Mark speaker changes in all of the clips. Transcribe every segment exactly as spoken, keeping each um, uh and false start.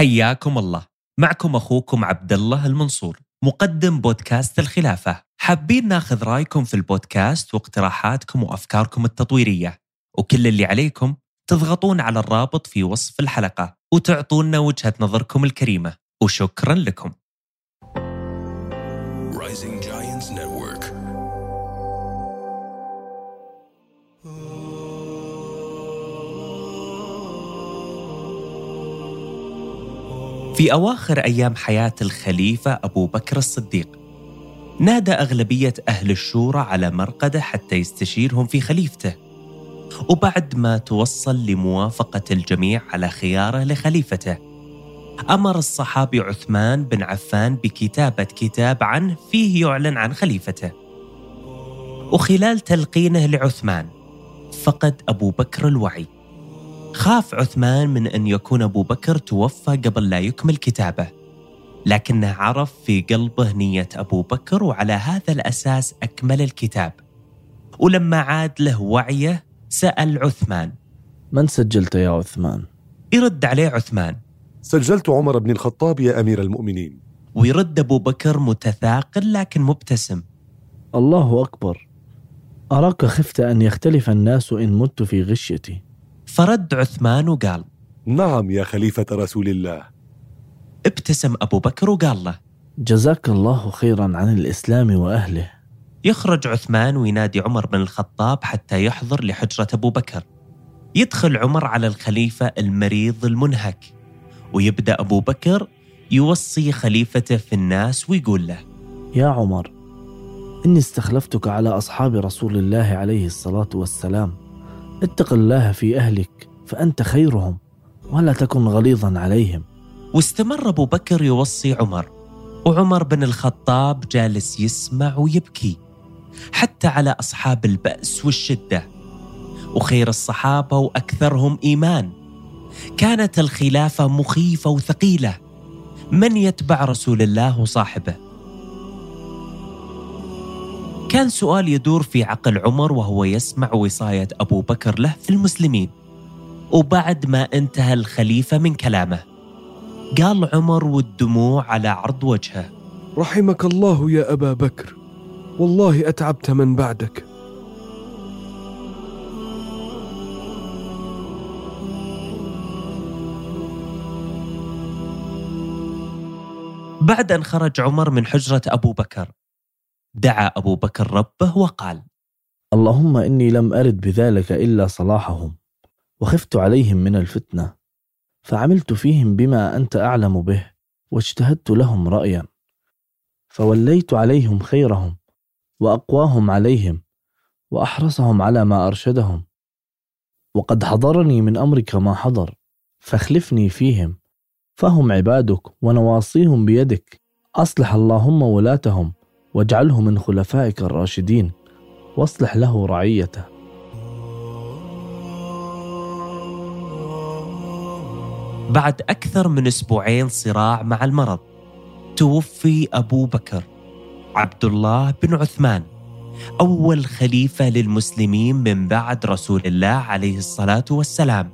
Speaker 1: حياكم الله. معكم أخوكم عبد الله المنصور، مقدم بودكاست الخلافة. حابين ناخذ رأيكم في البودكاست واقتراحاتكم وأفكاركم التطويرية، وكل اللي عليكم تضغطون على الرابط في وصف الحلقة وتعطونا وجهة نظركم الكريمة، وشكرا لكم.
Speaker 2: Rising Giants Network.
Speaker 1: في أواخر أيام حياة الخليفة أبو بكر الصديق، نادى أغلبية أهل الشورى على مرقده حتى يستشيرهم في خليفته، وبعد ما توصل لموافقة الجميع على خياره لخليفته، أمر الصحابي عثمان بن عفان بكتابة كتاب عنه فيه يعلن عن خليفته. وخلال تلقينه لعثمان فقد أبو بكر الوعي. خاف عثمان من أن يكون أبو بكر توفى قبل لا يكمل كتابه، لكنه عرف في قلبه نية أبو بكر، وعلى هذا الأساس أكمل الكتاب. ولما عاد له وعيه سأل عثمان:
Speaker 3: من سجلت يا عثمان؟
Speaker 1: يرد عليه عثمان:
Speaker 4: سجلت عمر بن الخطاب يا أمير المؤمنين.
Speaker 1: ويرد أبو بكر متثاقل لكن مبتسم:
Speaker 3: الله أكبر، أراك خفت أن يختلف الناس إن مت في غشيتي.
Speaker 1: فرد عثمان وقال:
Speaker 4: نعم يا خليفة رسول الله.
Speaker 1: ابتسم أبو بكر وقال له:
Speaker 3: جزاك الله خيرا عن الإسلام وأهله.
Speaker 1: يخرج عثمان وينادي عمر بن الخطاب حتى يحضر لحجرة أبو بكر. يدخل عمر على الخليفة المريض المنهك، ويبدأ أبو بكر يوصي خليفته في الناس ويقول له:
Speaker 3: يا عمر، إني استخلفتك على أصحاب رسول الله عليه الصلاة والسلام، اتق الله في أهلك فأنت خيرهم، ولا تكن غليظا عليهم.
Speaker 1: واستمر أبو بكر يوصي عمر، وعمر بن الخطاب جالس يسمع ويبكي، حتى على أصحاب البأس والشدة، وخير الصحابة وأكثرهم إيمان. كانت الخلافة مخيفة وثقيلة، من يتبع رسول الله وصاحبه؟ كان سؤال يدور في عقل عمر وهو يسمع وصاية أبو بكر له في المسلمين. وبعد ما انتهى الخليفة من كلامه، قال عمر والدموع على عرض وجهه:
Speaker 5: رحمك الله يا أبا بكر، والله أتعبت من بعدك.
Speaker 1: بعد أن خرج عمر من حجرة أبو بكر، دعا أبو بكر ربه وقال:
Speaker 3: اللهم إني لم أرد بذلك إلا صلاحهم، وخفت عليهم من الفتنة، فعملت فيهم بما أنت أعلم به، واجتهدت لهم رأيا، فوليت عليهم خيرهم، وأقواهم عليهم، وأحرصهم على ما أرشدهم. وقد حضرني من أمرك ما حضر، فاخلفني فيهم، فهم عبادك ونواصيهم بيدك. أصلح اللهم ولاتهم، واجعله من خلفائك الراشدين، واصلح له رعيته.
Speaker 1: بعد أكثر من أسبوعين صراع مع المرض، توفي أبو بكر عبد الله بن عثمان، أول خليفة للمسلمين من بعد رسول الله عليه الصلاة والسلام،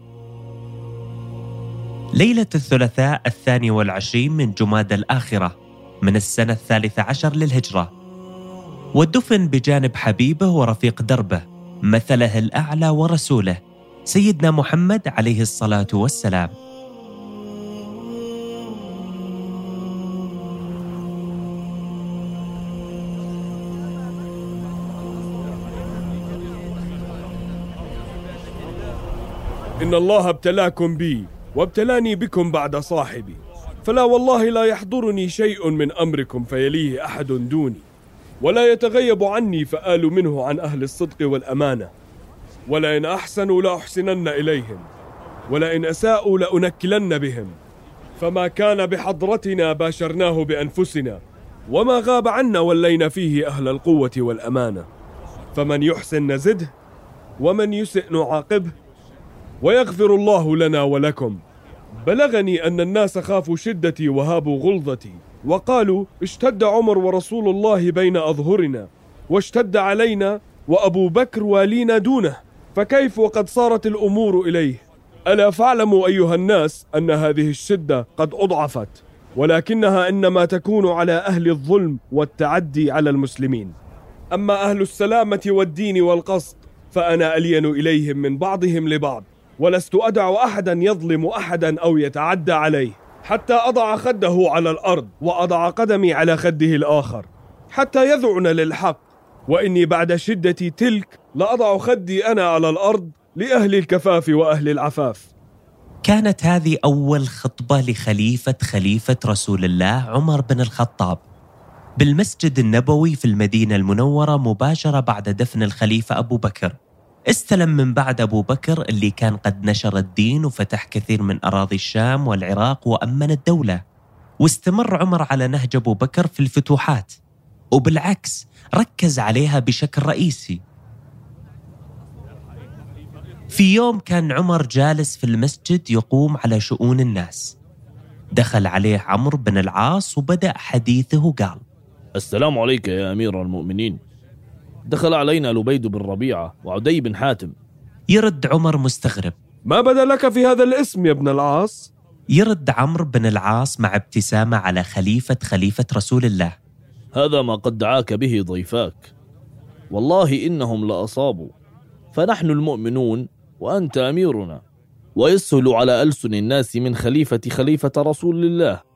Speaker 1: ليلة الثلاثاء الثاني والعشرين من جمادى الآخرة من السنة الثالثة عشر للهجرة. ودفن بجانب حبيبه ورفيق دربه، مثله الأعلى ورسوله سيدنا محمد عليه الصلاة والسلام.
Speaker 5: إن الله ابتلاكم بي وابتلاني بكم بعد صاحبي، فلا والله لا يحضرني شيء من أمركم فيليه أحد دوني، ولا يتغيب عني فآل منه عن أهل الصدق والأمانة، ولئن أحسنوا لأحسنن إليهم، ولئن أساءوا لأنكلن بهم، فما كان بحضرتنا باشرناه بأنفسنا، وما غاب عنا ولينا فيه أهل القوة والأمانة، فمن يحسن نزده، ومن يسئ نعاقبه، ويغفر الله لنا ولكم. بلغني أن الناس خافوا شدتي وهابوا غلظتي، وقالوا اشتد عمر ورسول الله بين أظهرنا، واشتد علينا وأبو بكر والينا دونه، فكيف وقد صارت الأمور إليه؟ ألا فاعلموا أيها الناس أن هذه الشدة قد أضعفت، ولكنها إنما تكون على أهل الظلم والتعدي على المسلمين. أما أهل السلامة والدين والقصد فأنا ألين إليهم من بعضهم لبعض، ولست أدع أحدا يظلم أحدا أو يتعدى عليه حتى أضع خده على الأرض وأضع قدمي على خده الآخر حتى يذعن للحق، وإني بعد شدة تلك لأضع خدي أنا على الأرض لأهل الكفاف وأهل العفاف.
Speaker 1: كانت هذه أول خطبة لخليفة خليفة رسول الله عمر بن الخطاب بالمسجد النبوي في المدينة المنورة مباشرة بعد دفن الخليفة أبو بكر. استلم من بعد أبو بكر اللي كان قد نشر الدين وفتح كثير من أراضي الشام والعراق وأمن الدولة، واستمر عمر على نهج أبو بكر في الفتوحات، وبالعكس ركز عليها بشكل رئيسي. في يوم كان عمر جالس في المسجد يقوم على شؤون الناس، دخل عليه عمرو بن العاص وبدأ حديثه. قال:
Speaker 3: السلام عليك يا أمير المؤمنين. دخل علينا لبيد بن ربيعة وعدي بن حاتم.
Speaker 1: يرد عمر مستغرب:
Speaker 5: ما بدا لك في هذا الاسم يا ابن العاص؟
Speaker 1: يرد عمرو بن العاص مع ابتسامة على خليفة خليفة رسول الله:
Speaker 3: هذا ما قد دعاك به ضيفاك، والله إنهم لأصابوا، فنحن المؤمنون وأنت أميرنا، ويسهل على ألسن الناس من خليفة خليفة رسول الله.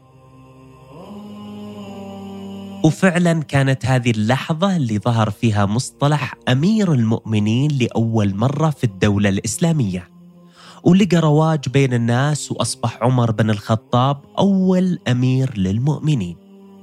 Speaker 1: وفعلا كانت هذه اللحظة اللي ظهر فيها مصطلح أمير المؤمنين لأول مرة في الدولة الإسلامية، ولقى رواج بين الناس، وأصبح عمر بن الخطاب أول أمير للمؤمنين.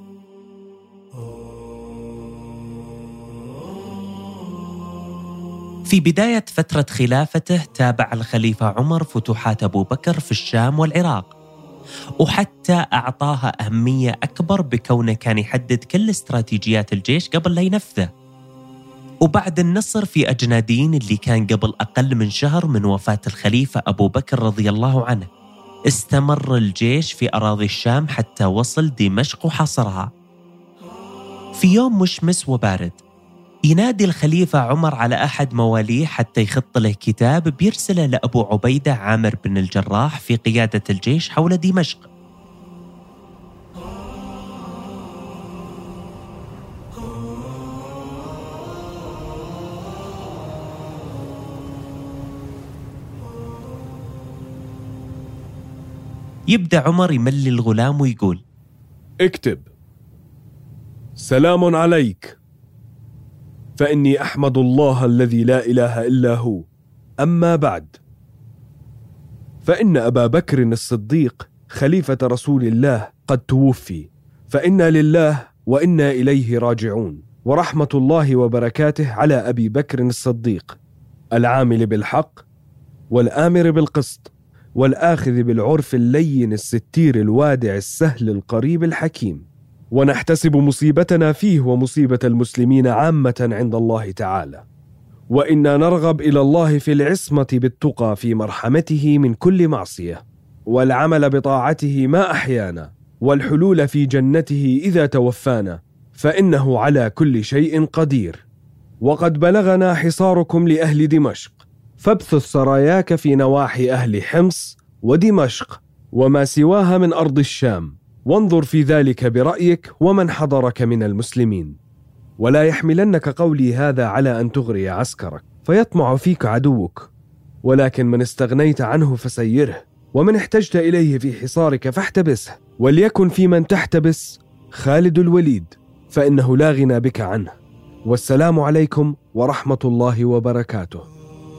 Speaker 1: في بداية فترة خلافته تابع الخليفة عمر فتوحات أبو بكر في الشام والعراق، وحتى أعطاها أهمية أكبر بكونه كان يحدد كل استراتيجيات الجيش قبل لا ينفذه. وبعد النصر في أجنادين اللي كان قبل أقل من شهر من وفاة الخليفة أبو بكر رضي الله عنه، استمر الجيش في أراضي الشام حتى وصل دمشق وحاصرها. في يوم مشمس وبارد ينادي الخليفة عمر على أحد مواليه حتى يخط له كتاب بيرسله لأبو عبيدة عامر بن الجراح في قيادة الجيش حول دمشق. يبدأ عمر يملي الغلام ويقول:
Speaker 5: اكتب: سلام عليك، فإني أحمد الله الذي لا إله إلا هو، أما بعد، فإن أبا بكر الصديق خليفة رسول الله قد توفي، فإنا لله وإنا إليه راجعون، ورحمة الله وبركاته على أبي بكر الصديق العامل بالحق والآمر بالقسط والآخذ بالعرف اللين الستير الوادع السهل القريب الحكيم، ونحتسب مصيبتنا فيه ومصيبة المسلمين عامة عند الله تعالى، وإنا نرغب إلى الله في العصمة بالتقى في مرحمته من كل معصية، والعمل بطاعته ما أحيانا، والحلول في جنته إذا توفانا، فإنه على كل شيء قدير. وقد بلغنا حصاركم لأهل دمشق، فابثث سراياك في نواحي أهل حمص ودمشق وما سواها من أرض الشام، وانظر في ذلك برأيك ومن حضرك من المسلمين، ولا يحملنك قولي هذا على أن تغري عسكرك فيطمع فيك عدوك، ولكن من استغنيت عنه فسيره، ومن احتجت إليه في حصارك فاحتبسه، وليكن في من تحتبس خالد الوليد، فإنه لا غنى بك عنه، والسلام عليكم ورحمة الله وبركاته.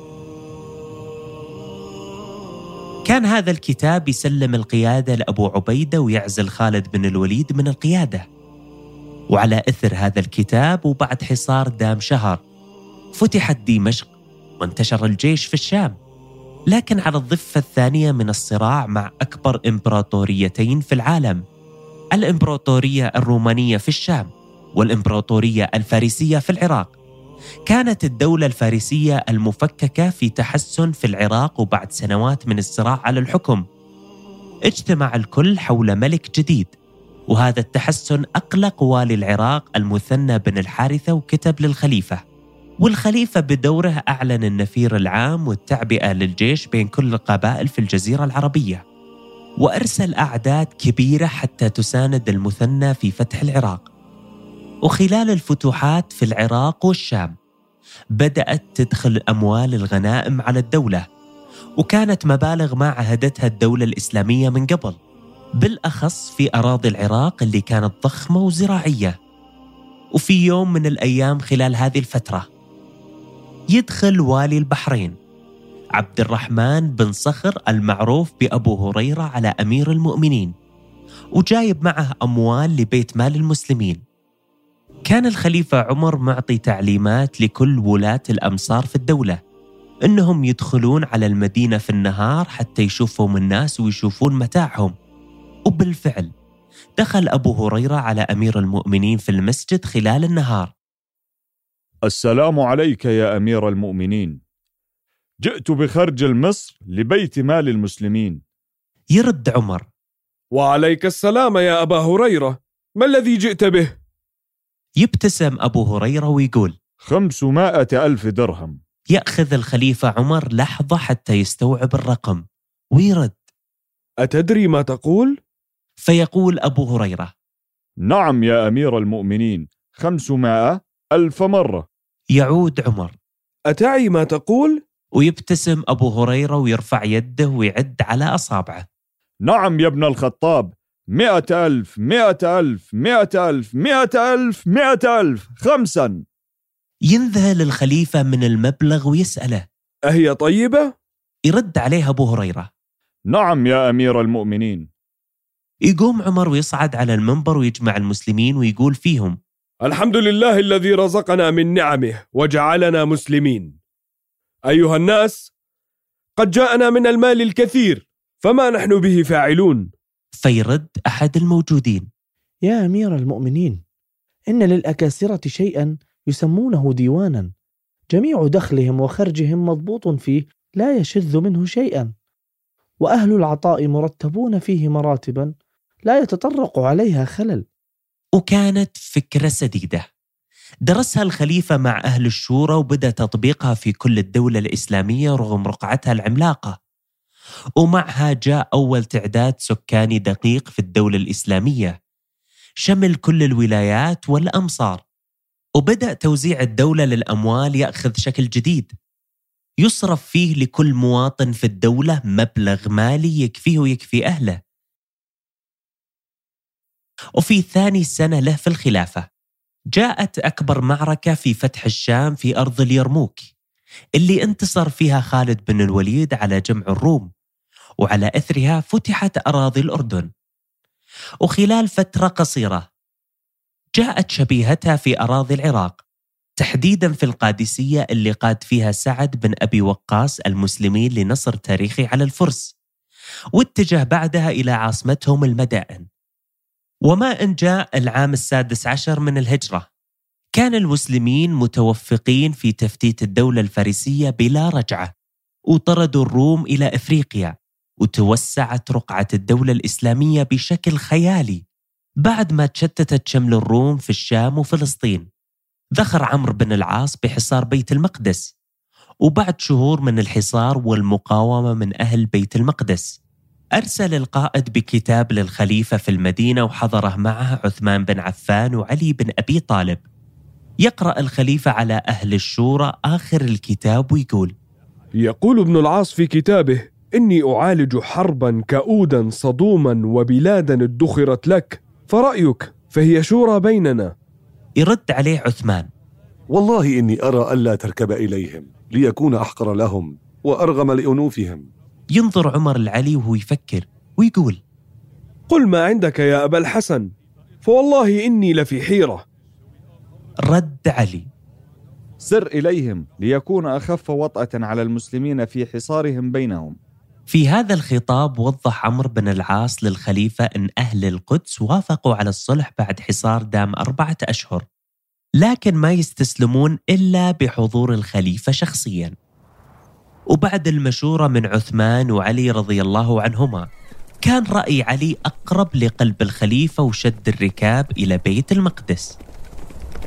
Speaker 1: كان هذا الكتاب يسلم القيادة لأبو عبيدة ويعزل خالد بن الوليد من القيادة. وعلى إثر هذا الكتاب وبعد حصار دام شهر فتحت دمشق وانتشر الجيش في الشام، لكن على الضفة الثانية من الصراع مع أكبر إمبراطوريتين في العالم، الإمبراطورية الرومانية في الشام والإمبراطورية الفارسية في العراق. كانت الدولة الفارسية المفككة في تحسن في العراق، وبعد سنوات من الصراع على الحكم اجتمع الكل حول ملك جديد، وهذا التحسن أقلق والي العراق المثنى بن الحارثة، وكتب للخليفة: والخليفة بدوره أعلن النفير العام والتعبئة للجيش بين كل القبائل في الجزيرة العربية، وأرسل أعداد كبيرة حتى تساند المثنى في فتح العراق. وخلال الفتوحات في العراق والشام بدأت تدخل أموال الغنائم على الدولة، وكانت مبالغ ما عهدتها الدولة الإسلامية من قبل، بالأخص في أراضي العراق اللي كانت ضخمة وزراعية. وفي يوم من الأيام خلال هذه الفترة يدخل والي البحرين عبد الرحمن بن صخر المعروف بأبو هريرة على أمير المؤمنين، وجايب معه أموال لبيت مال المسلمين. كان الخليفة عمر معطي تعليمات لكل ولاة الأمصار في الدولة إنهم يدخلون على المدينة في النهار حتى يشوفهم الناس ويشوفون متاعهم. وبالفعل دخل أبو هريرة على أمير المؤمنين في المسجد خلال النهار.
Speaker 6: السلام عليك يا أمير المؤمنين، جئت بخرج المصر لبيت مال المسلمين.
Speaker 1: يرد عمر:
Speaker 5: وعليك السلام يا أبا هريرة، ما الذي جئت به؟
Speaker 1: يبتسم أبو هريرة ويقول:
Speaker 6: خمسمائة ألف درهم.
Speaker 1: يأخذ الخليفة عمر لحظة حتى يستوعب الرقم ويرد:
Speaker 5: أتدري ما تقول؟
Speaker 1: فيقول أبو هريرة:
Speaker 6: نعم يا أمير المؤمنين، خمسمائة ألف مرة.
Speaker 1: يعود عمر:
Speaker 5: أتعي ما تقول؟
Speaker 1: ويبتسم أبو هريرة ويرفع يده ويعد على أصابعه:
Speaker 6: نعم يا ابن الخطاب، مئة ألف مئة ألف مئة ألف مئة ألف مئة ألف خمسا.
Speaker 1: ينذهل الخليفة من المبلغ ويسأله:
Speaker 5: أهي طيبة؟
Speaker 1: يرد عليه أبو هريرة:
Speaker 6: نعم يا أمير المؤمنين.
Speaker 1: يقوم عمر ويصعد على المنبر ويجمع المسلمين ويقول فيهم:
Speaker 5: الحمد لله الذي رزقنا من نعمه وجعلنا مسلمين. أيها الناس، قد جاءنا من المال الكثير، فما نحن به فاعلون؟
Speaker 1: فيرد أحد الموجودين:
Speaker 3: يا أمير المؤمنين، إن للأكاسرة شيئا يسمونه ديوانا، جميع دخلهم وخرجهم مضبوط فيه، لا يشذ منه شيئا، وأهل العطاء مرتبون فيه مراتبا لا يتطرق عليها خلل.
Speaker 1: وكانت فكرة سديدة درسها الخليفة مع أهل الشورى وبدأ تطبيقها في كل الدولة الإسلامية رغم رقعتها العملاقة. ومعها جاء أول تعداد سكاني دقيق في الدولة الإسلامية شمل كل الولايات والأمصار، وبدأ توزيع الدولة للأموال يأخذ شكل جديد يصرف فيه لكل مواطن في الدولة مبلغ مالي يكفيه ويكفي أهله. وفي ثاني سنة له في الخلافة جاءت أكبر معركة في فتح الشام في أرض اليرموك اللي انتصر فيها خالد بن الوليد على جمع الروم، وعلى أثرها فتحت أراضي الأردن. وخلال فترة قصيرة جاءت شبيهتها في أراضي العراق، تحديدا في القادسية اللي قاد فيها سعد بن أبي وقاص المسلمين لنصر تاريخي على الفرس، واتجه بعدها إلى عاصمتهم المدائن. وما إن جاء العام السادس عشر من الهجرة كان المسلمين متوفقين في تفتيت الدولة الفارسية بلا رجعة، وطردوا الروم إلى إفريقيا، وتوسعت رقعة الدولة الإسلامية بشكل خيالي بعد ما تشتتت شمل الروم في الشام وفلسطين. ذخر عمرو بن العاص بحصار بيت المقدس، وبعد شهور من الحصار والمقاومة من أهل بيت المقدس أرسل القائد بكتاب للخليفة في المدينة، وحضره معه عثمان بن عفان وعلي بن أبي طالب. يقرأ الخليفة على أهل الشورى آخر الكتاب ويقول:
Speaker 5: يقول ابن العاص في كتابه: إني أعالج حربا كؤودا صدوما وبلادا ادخرت لك، فرأيك فهي شورى بيننا.
Speaker 1: يرد عليه عثمان:
Speaker 4: والله إني أرى ألا تركب إليهم ليكون أحقر لهم وأرغم لأنوفهم.
Speaker 1: ينظر عمر العلي وهو يفكر ويقول:
Speaker 5: قل ما عندك يا أبا الحسن، فوالله إني لفي حيرة.
Speaker 1: رد علي:
Speaker 6: سر إليهم ليكون أخف وطأة على المسلمين في حصارهم بينهم.
Speaker 1: في هذا الخطاب وضح عمرو بن العاص للخليفة أن أهل القدس وافقوا على الصلح بعد حصار دام أربعة أشهر، لكن ما يستسلمون إلا بحضور الخليفة شخصياً. وبعد المشورة من عثمان وعلي رضي الله عنهما كان رأي علي أقرب لقلب الخليفة وشد الركاب إلى بيت المقدس.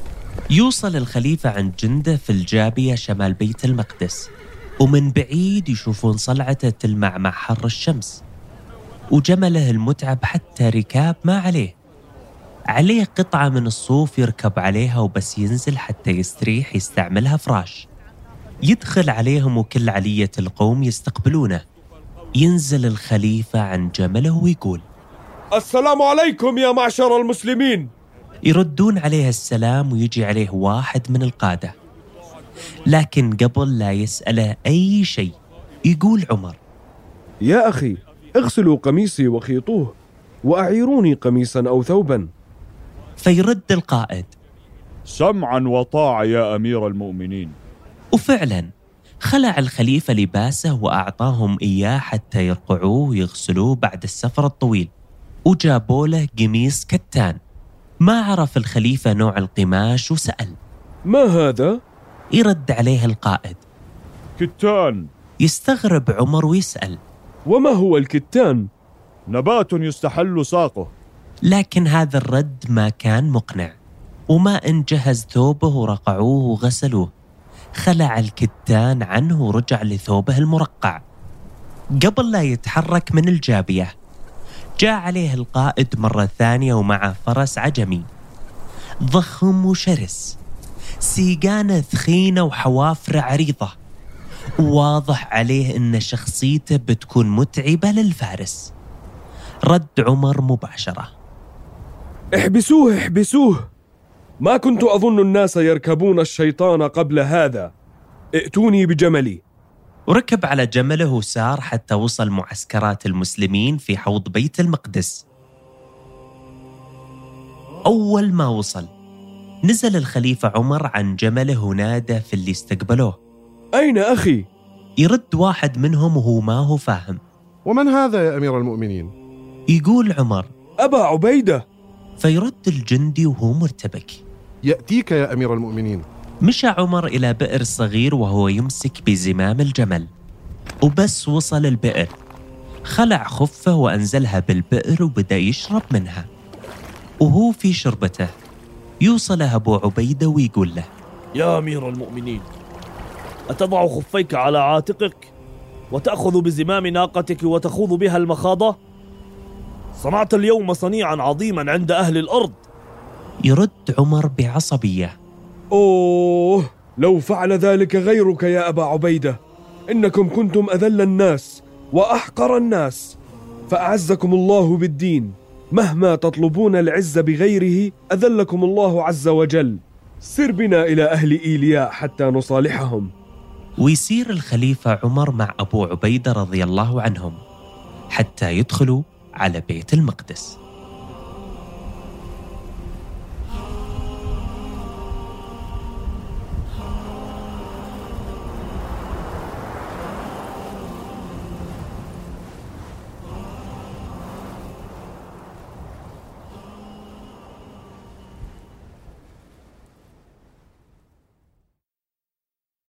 Speaker 1: يوصل الخليفة عند جنده في الجابية شمال بيت المقدس، ومن بعيد يشوفون صلعته تلمع مع حر الشمس، وجمله المتعب حتى ركاب ما عليه عليه قطعة من الصوف يركب عليها وبس ينزل حتى يستريح يستعملها فراش. يدخل عليهم وكل علية القوم يستقبلونه. ينزل الخليفة عن جمله ويقول:
Speaker 5: السلام عليكم يا معشر المسلمين.
Speaker 1: يردون عليه السلام، ويجي عليه واحد من القادة، لكن قبل لا يسأله أي شيء يقول عمر:
Speaker 5: يا أخي، اغسلوا قميصي وخيطوه، وأعيروني قميصا أو ثوبا.
Speaker 1: فيرد القائد:
Speaker 6: سمعا وطاعة يا أمير المؤمنين.
Speaker 1: وفعلا خلع الخليفة لباسه وأعطاهم إياه حتى يرقعوه ويغسلوه بعد السفر الطويل، وجابوا له قميص كتان. ما عرف الخليفة نوع القماش وسأل:
Speaker 5: ما هذا؟
Speaker 1: يرد عليه القائد:
Speaker 6: كتان.
Speaker 1: يستغرب عمر ويسأل:
Speaker 5: وما هو الكتان؟
Speaker 6: نبات يستحل ساقه.
Speaker 1: لكن هذا الرد ما كان مقنع، وما انجهز ثوبه ورقعوه وغسلوه. خلع الكتان عنه ورجع لثوبه المرقع. قبل لا يتحرك من الجابية جاء عليه القائد مرة ثانية ومع فرس عجمي ضخم وشرس، سيقانه ثخينة وحوافره عريضة، وواضح عليه أن شخصيته بتكون متعبة للفارس. رد عمر مباشرة:
Speaker 5: احبسوه احبسوه، ما كنت أظن الناس يركبون الشيطان قبل هذا، ائتوني بجملي.
Speaker 1: وركب على جمله وسار حتى وصل معسكرات المسلمين في حوض بيت المقدس. أول ما وصل نزل الخليفة عمر عن جمله ونادى في اللي استقبلوه:
Speaker 5: أين أخي؟
Speaker 1: يرد واحد منهم وهو ما هو فاهم:
Speaker 7: ومن هذا يا أمير المؤمنين؟
Speaker 1: يقول عمر:
Speaker 5: أبا عبيدة.
Speaker 1: فيرد الجندي وهو مرتبك:
Speaker 7: يأتيك يا أمير المؤمنين.
Speaker 1: مشى عمر إلى بئر صغير وهو يمسك بزمام الجمل، وبس وصل البئر خلع خفه وأنزلها بالبئر وبدأ يشرب منها. وهو في شربته يوصله أبو عبيدة ويقول له:
Speaker 3: يا أمير المؤمنين، أتضع خفيك على عاتقك وتأخذ بزمام ناقتك وتخوض بها المخاضة؟ صنعت اليوم صنيعا عظيما عند أهل الأرض.
Speaker 1: يرد عمر بعصبية:
Speaker 5: أوه، لو فعل ذلك غيرك يا أبا عبيدة، إنكم كنتم أذل الناس وأحقر الناس، فأعزكم الله بالدين. مهما تطلبون العز بغيره أذلكم الله عز وجل. سر بنا إلى أهل إيلياء حتى نصالحهم.
Speaker 1: ويسير الخليفة عمر مع أبو عبيدة رضي الله عنهم حتى يدخلوا على بيت المقدس.